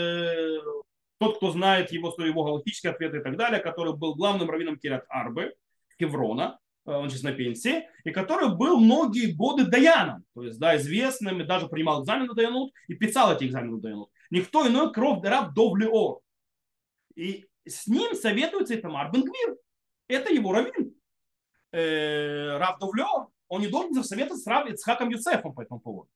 тот, кто знает его галактические ответы и так далее, который был главным раввином Кирят-Арбы, Хеврона, он сейчас на пенсии, и который был многие годы даяном, то есть да, известным, и даже принимал экзамены Даянут и писал эти экзамены Даянут. Никто иной, кровь раб Довлеор. И с ним советуется Итамар Бен-Гвир. Это его раввин. Рав Довлеор. Он не должен советоваться с Рав Ицхаком Юсефом по этому поводу.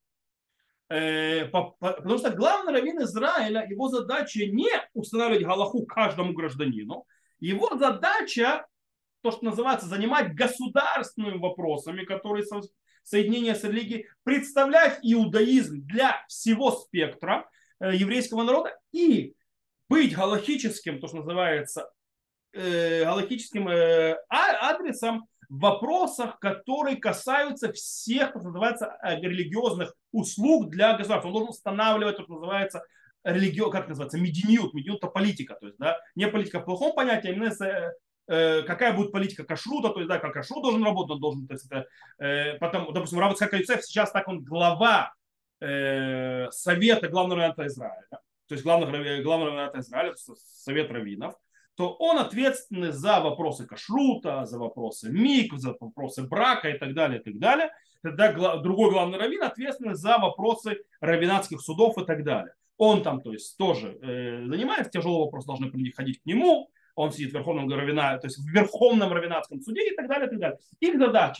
Потому что главный раввин Израиля, его задача не устанавливать галаху каждому гражданину. Его задача, то, что называется, занимать государственными вопросами, которые соединение с религией, представлять иудаизм для всего спектра еврейского народа и быть галахическим, то, что называется, галахическим адресом в вопросах, которые касаются всех, что называется, религиозных услуг для государства. Он должен устанавливать, то, что называется, как называется, мединиют. Мединиют – это политика. То есть, да, не политика в плохом понятии, а именно какая будет политика кашрута, то есть, да, как кашрут должен работать, он должен, то есть, потом, допустим, Рав Ицхак Юсеф сейчас так он глава совета главного раввината Израиля, то есть главного раввината Израиля, совет раввинов, то он ответственный за вопросы кашрута, за вопросы микв, за вопросы брака и так далее, и так далее. Тогда другой главный раввин ответственный за вопросы раввинатских судов и так далее. Он там, то есть, тоже занимается, тяжелые вопросы должны приходить к нему, он сидит в Верховном раввинатском суде и так далее, и так далее. Их задача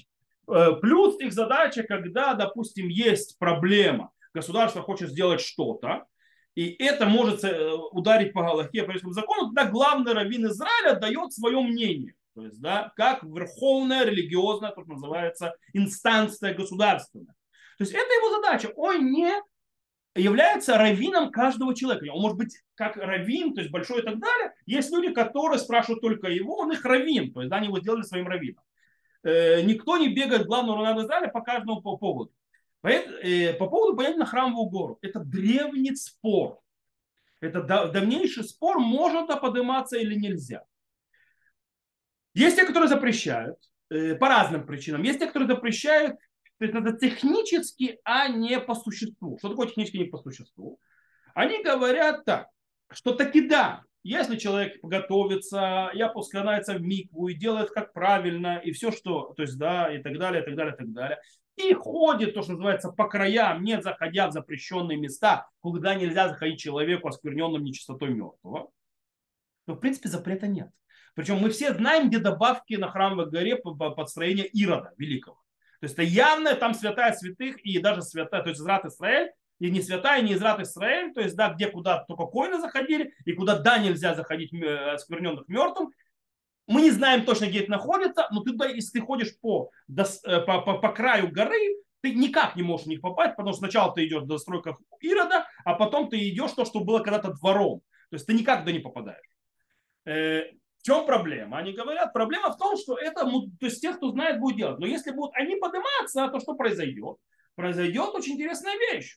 Плюс их задача, когда, допустим, есть проблема, государство хочет сделать что-то, и это может ударить по Галахе, по еврейскому закону, тогда главный раввин Израиля дает свое мнение. То есть, да, как верховная религиозная, как называется, инстанция государственная. То есть это его задача. Он не является раввином каждого человека. Он может быть как раввин, то есть большой и так далее. Есть люди, которые спрашивают только его, он их раввин. То есть да, они его сделали своим раввином. Никто не бегает главного раввина Израиля по каждому поводу. По поводу понятия на храмовую гору. Это древний спор. Это давнейший спор, можно то подниматься или нельзя. Есть те, которые запрещают по разным причинам. Есть те, которые запрещают, то есть это технически, а не по существу. Что такое технически не по существу? Они говорят так, что таки да, если человек готовится и опускается в микву и делает как правильно, и все, что, то есть, да, и так далее, и так далее, и так далее, и ходит, то, что называется, по краям, не заходя в запрещенные места, куда нельзя заходить человеку, оскверненным нечистотой мертвого, то, в принципе, запрета нет. Причем мы все знаем, где добавки на храмовой горе подстроения Ирода Великого. То есть это явно там святая святых и даже святая, то есть Израт Исраэль, и не святая, и не Израт Исраэль, то есть да, где куда только коины заходили, и куда да, нельзя заходить оскверненных мертвым. Мы не знаем точно, где это находится, но ты, если ты ходишь по краю горы, ты никак не можешь в них попасть, потому что сначала ты идешь до стройках Ирода, а потом ты идешь то, что было когда-то двором. То есть ты никак туда не попадаешь. В чем проблема? Они говорят, проблема в том, что это, то есть те, кто знает, будет делать. Но если будут они подниматься, то что произойдет? Произойдет очень интересная вещь.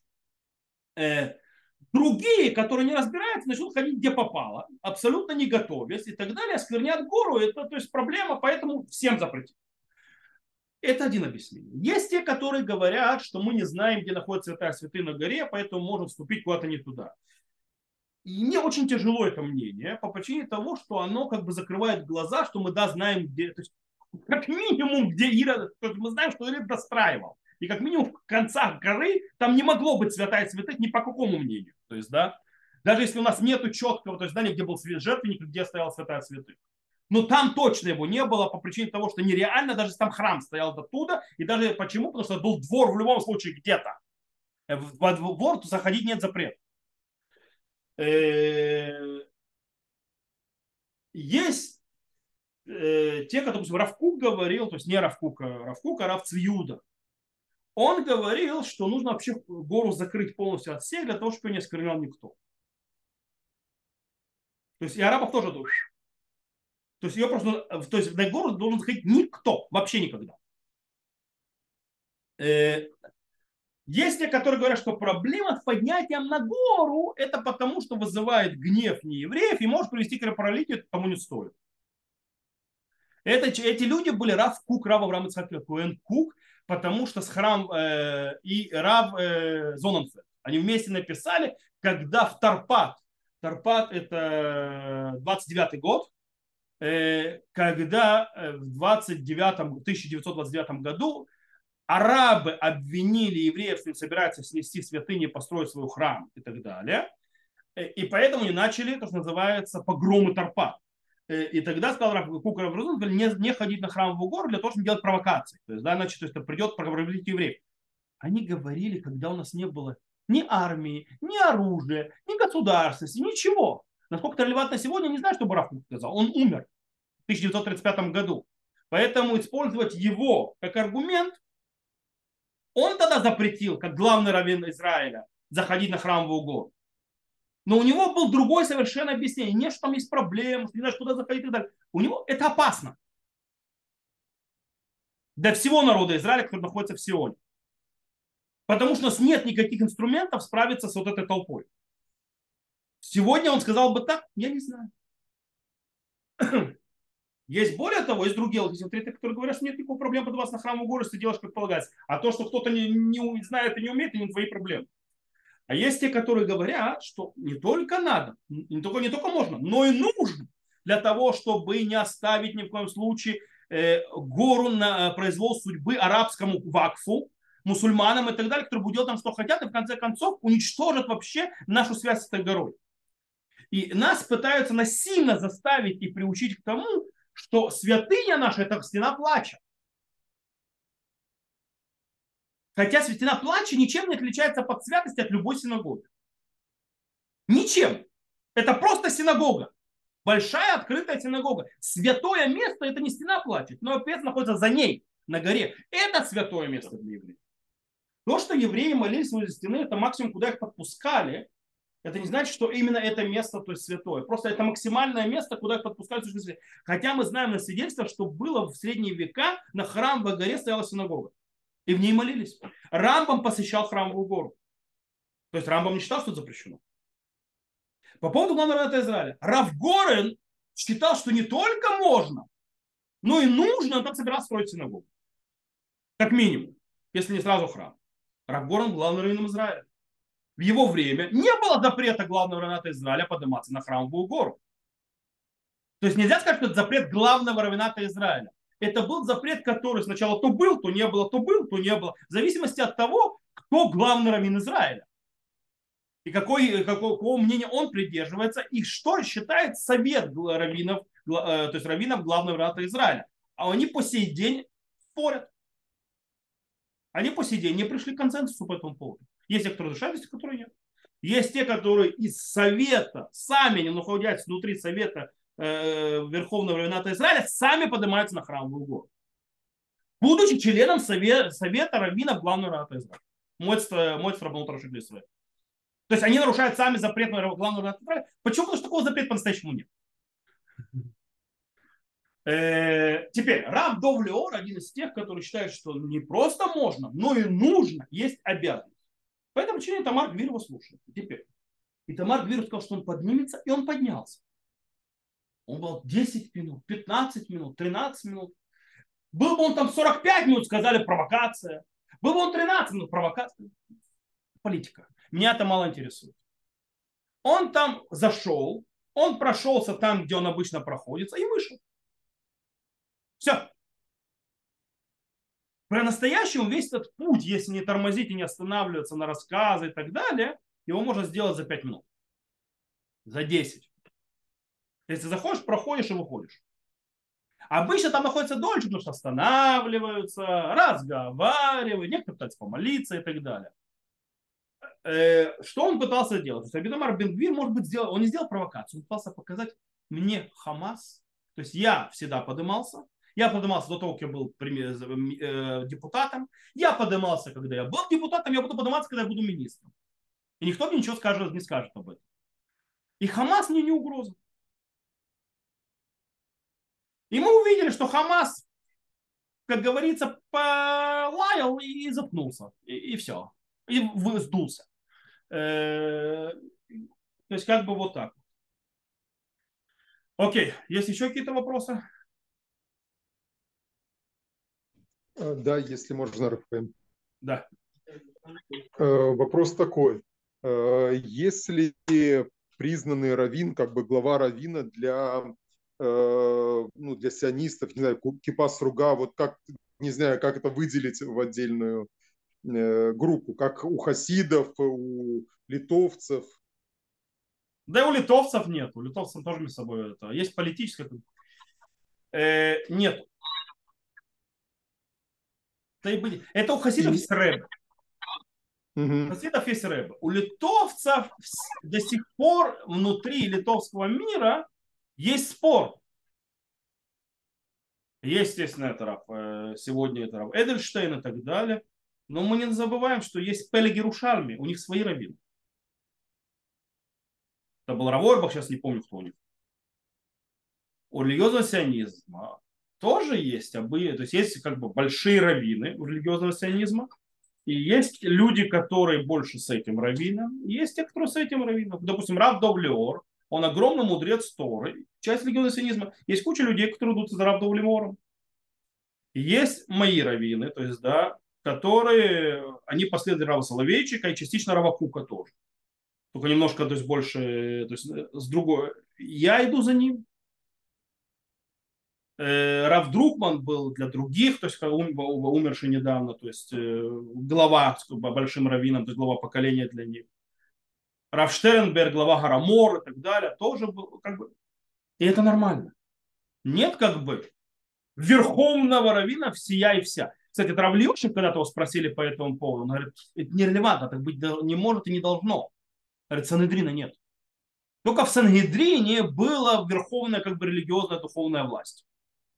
Другие, которые не разбираются, начнут ходить где попало, абсолютно не готовясь и так далее, осквернят гору. Это, то есть проблема, поэтому всем запретить. Это один объяснение. Есть те, которые говорят, что мы не знаем, где находится святая святые на горе, поэтому можем вступить куда-то не туда. И мне очень тяжело это мнение по причине того, что оно как бы закрывает глаза, что мы да знаем, где, то есть, как минимум, где Ирод, мы знаем, что Ирод достраивал. И как минимум в концах горы там не могло быть святая святых ни по какому мнению. То есть, да, даже если у нас нету четкого, то есть, здания, где был жертвенник, где стоял святая святых. Но там точно его не было по причине того, что нереально, даже если там храм стоял оттуда. И даже почему? Потому что был двор в любом случае где-то. Во двор заходить нет запрета. Есть те, которые, допустим, Рав Кук говорил, то есть не Рав Кук, а Рав Цвиуда. Он говорил, что нужно вообще гору закрыть полностью от всех, для того, чтобы ее не осквернял никто. То есть и арабов тоже. То есть ее просто, то есть на гору должен заходить никто, вообще никогда. Есть те, которые говорят, что проблема с поднятием на гору, это потому, что вызывает гнев неевреев и может привести к кровопролитию, это тому не стоит. Эти люди были Рав Кук, Рав Авраам Ицхак Коэн Кук, потому что с храм и Рав Зонанфельд. Они вместе написали, когда в Тарпат это 29-й год, когда в 1929 году арабы обвинили евреев, что они собираются снести святыни, построить свой храм и так далее. И поэтому они начали, то, что называется, погромы Тарпат. И тогда сказал Рав Кук не ходить на храмовую гору для того, чтобы делать провокации. То есть, да, значит, то есть, придет проводить евреев. Они говорили, когда у нас не было ни армии, ни оружия, ни государственности, ничего. Насколько это релевантно сегодня, не знаю, что Рав Кук сказал. Он умер в 1935 году. Поэтому использовать его как аргумент, он тогда запретил, как главный раввин Израиля, заходить на храмовую гору. Но у него был другое совершенно объяснение. Не, что там есть проблемы, что не знаешь, куда заходить и так далее. У него это опасно. Для всего народа Израиля, который находится в Сионе. Потому что у нас нет никаких инструментов справиться с вот этой толпой. Сегодня он сказал бы так, я не знаю. Есть более того, есть другие авторитеты, которые говорят, что нет никакой проблемы подаваться на храмовую гору, если ты делаешь как полагается. А то, что кто-то не знает и не умеет, это не твои проблемы. А есть те, которые говорят, что не только надо, не только можно, но и нужно для того, чтобы не оставить ни в коем случае гору на произвол судьбы арабскому вакфу, мусульманам и так далее, которые будут делать там, что хотят, и в конце концов уничтожат вообще нашу связь с этой горой. И нас пытаются насильно заставить и приучить к тому, что святыня наша – это стена плача. Хотя стена плача ничем не отличается по святости от любой синагоги. Ничем. Это просто синагога. Большая открытая синагога. Святое место это не стена плачет, но опять находится за ней, на горе. Это святое место для евреев. То, что евреи молились возле стены, это максимум, куда их подпускали. Это не значит, что именно это место, то есть святое. Просто это максимальное место, куда их подпускают. Хотя мы знаем на свидетельство, что было в средние века на храм во горе стояла синагога. И в ней молились. Рамбам посещал храмовую гору. То есть Рамбам не считал, что это запрещено. По поводу главного раввина Израиля. Рав Горен считал, что не только можно, но и нужно, он там собирался строить синагогу. Как минимум, если не сразу храм. Рав Горен главный раввин Израиля. В его время не было запрета главного раввина Израиля подниматься на храмовую гору. То есть нельзя сказать, что это запрет главного раввина Израиля. Это был запрет, который сначала то был, то не было, то был, то не было. В зависимости от того, кто главный раввин Израиля. И какого мнения он придерживается, и что считает совет раввинов, то есть раввинов главного раввина Израиля. А они по сей день спорят. Они по сей день не пришли к консенсусу по этому поводу. Есть те, которые разрешают, есть те, которые нет. Есть те, которые из совета, сами не находясь внутри совета Верховного раввина Израиля, сами поднимаются на храмовую гору. Будучи членом совета раввинов главного раввина Израиля. Мой Рабанут Раши Израиля. То есть они нарушают сами запрет главного раввина Израиля. Почему? Потому что такого запрета по-настоящему нет. Теперь, Рав Дов Леор один из тех, который считает, что не просто можно, но и нужно, есть обязанность. Поэтому причине Тамар Гвир его слушает. Теперь. И Тамар Гвир сказал, что он поднимется, и он поднялся. Он был 10 минут, 15 минут, 13 минут. Был бы он там 45 минут, сказали провокация. Был бы он 13 минут, провокация. Политика. Меня это мало интересует. Он там зашел, он прошелся там, где он обычно проходится, и вышел. Все. По-настоящему весь этот путь, если не тормозить и не останавливаться на рассказы и так далее, его можно сделать за 5 минут. За 10. Если заходишь, проходишь и выходишь. Обычно там находится дольше, потому что останавливаются, разговаривают, некоторые пытаются помолиться и так далее. Что он пытался делать? То есть Абидамар Бен-Гвир, может быть, он не сделал провокацию, он пытался показать мне Хамас. То есть я всегда поднимался. Я поднимался до того, как я был депутатом. Я поднимался, когда я был депутатом. Я буду подниматься, когда я буду министром. И никто мне ничего не скажет об этом. И Хамас мне не угроза. И мы увидели, что Хамас, как говорится, полаял и запнулся. И все. И сдулся. То есть как бы вот так. Окей. Есть еще какие-то вопросы? Да, если можно, Рафаэль. Да. Вопрос такой. Если признанный раввин, как бы глава раввина для сионистов, не знаю, кипас руга, вот как, не знаю, как это выделить в отдельную группу, как у хасидов, у литовцев? Да и у литовцев нет. У литовцев тоже между собой это. Есть политическое. Нет. Это у хасидов есть рэб. У хасидов есть рэб. У литовцев до сих пор внутри литовского мира есть спор. Есть, естественно, это раб. Сегодня это раб Эдельштейн и так далее. Но мы не забываем, что есть Пелег Иерушалми. У них свои раввины. Это был Рав Ойрбах, сейчас не помню, кто у них. У религиозного сионизма тоже есть то есть есть как бы большие раввины у религиозного сионизма. И есть люди, которые больше с этим раввином. И есть те, которые с этим раввином. Допустим, Рав Дов Леор, он огромный мудрец Торы, часть религиозного сионизма. Есть куча людей, которые идут за Рав Дов Леором. И есть мои раввины, то есть, да, которые, они последователи Рава Соловейчика и частично Рава Кука тоже. Только немножко, то есть больше, то есть с другой. Я иду за ним. Рав Друкман был для других, то есть умерший недавно, то есть глава большим раввином, то есть глава поколения для них. Рав Штернберг, глава Гарамор и так далее, тоже был как бы. И это нормально. Нет как бы верховного раввина всея и вся. Кстати, Равлиошин, когда-то его спросили по этому поводу, он говорит, это нерелевантно, так быть не может и не должно. Говорит, Сангедрина нет. Только в Сангедрине была верховная, как бы религиозная, духовная власть.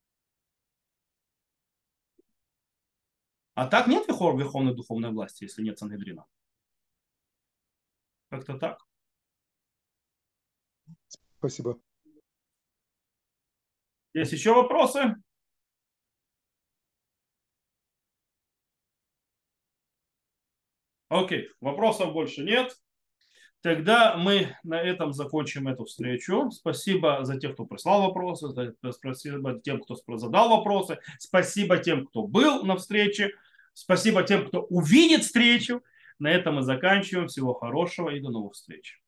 А так нет верховной духовной власти, если нет Сангедрина. Как-то так. Спасибо. Есть еще вопросы? Окей, вопросов больше нет. Тогда мы на этом закончим эту встречу. Спасибо за тех, кто прислал вопросы, спасибо тем, кто задал вопросы, спасибо тем, кто был на встрече, спасибо тем, кто увидит встречу. На этом мы заканчиваем. Всего хорошего и до новых встреч.